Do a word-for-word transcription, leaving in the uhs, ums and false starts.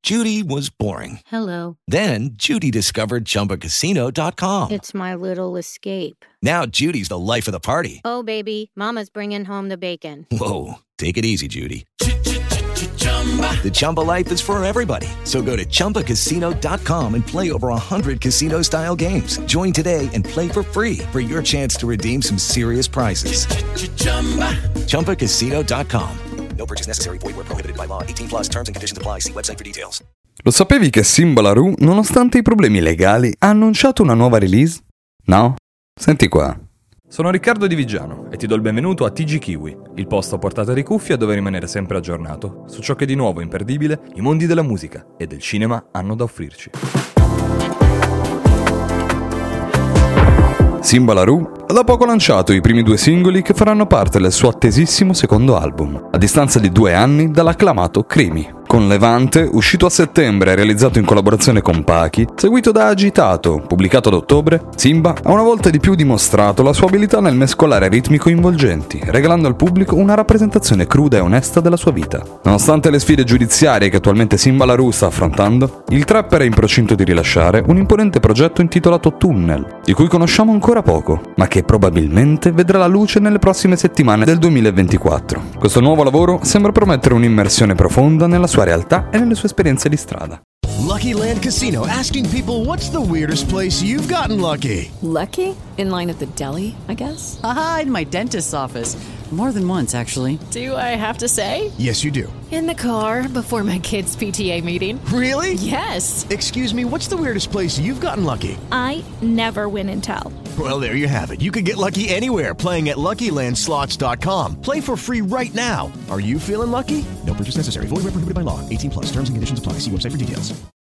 Judy was boring. Hello. Then Judy discovered Chumba Casino dot com. It's my little escape. Now Judy's the life of the party. Oh, baby, mama's bringing home the bacon. Whoa, take it easy, Judy. The Chumba life is for everybody. So go to Chumba Casino dot com and play over one hundred casino-style games. Join today and play for free for your chance to redeem some serious prizes. Chumba Casino dot com. No purchase necessary. Void where prohibited by law. eighteen plus terms and conditions apply. See website for details. Lo sapevi che Simba La Ru, nonostante i problemi legali, ha annunciato una nuova release? No? Senti qua. Sono Riccardo Di Vigiano e ti do il benvenuto a T G Kiwi, il posto a portata di cuffia dove rimanere sempre aggiornato su ciò che di nuovo e imperdibile i mondi della musica e del cinema hanno da offrirci. Simba La Ru ha da poco lanciato i primi due singoli che faranno parte del suo attesissimo secondo album, a distanza di due anni dall'acclamato Crimi. Con Levante, uscito a settembre e realizzato in collaborazione con Pachi, seguito da Agitato, pubblicato ad ottobre, Simba ha una volta di più dimostrato la sua abilità nel mescolare ritmi coinvolgenti, regalando al pubblico una rappresentazione cruda e onesta della sua vita. Nonostante le sfide giudiziarie che attualmente Simba La Ru sta affrontando, il trapper è in procinto di rilasciare un imponente progetto intitolato Tunnel, di cui conosciamo ancora poco, ma che probabilmente vedrà la luce nelle prossime settimane del duemilaventiquattro. Questo nuovo lavoro sembra promettere un'immersione profonda nella sua realtà e nelle sue esperienze di strada. Lucky Land Casino, asking people, what's the weirdest place you've gotten lucky? Lucky? In line at the deli, I guess? Aha, in my dentist's office. More than once, actually. Do I have to say? Yes, you do. In the car before my kids' P T A meeting. Really? Yes. Excuse me, what's the weirdest place you've gotten lucky? I never win and tell. Well, there you have it. You can get lucky anywhere, playing at Lucky Land Slots dot com. Play for free right now. Are you feeling lucky? No purchase necessary. Void where prohibited by law. eighteen plus. Terms and conditions apply. See website for details.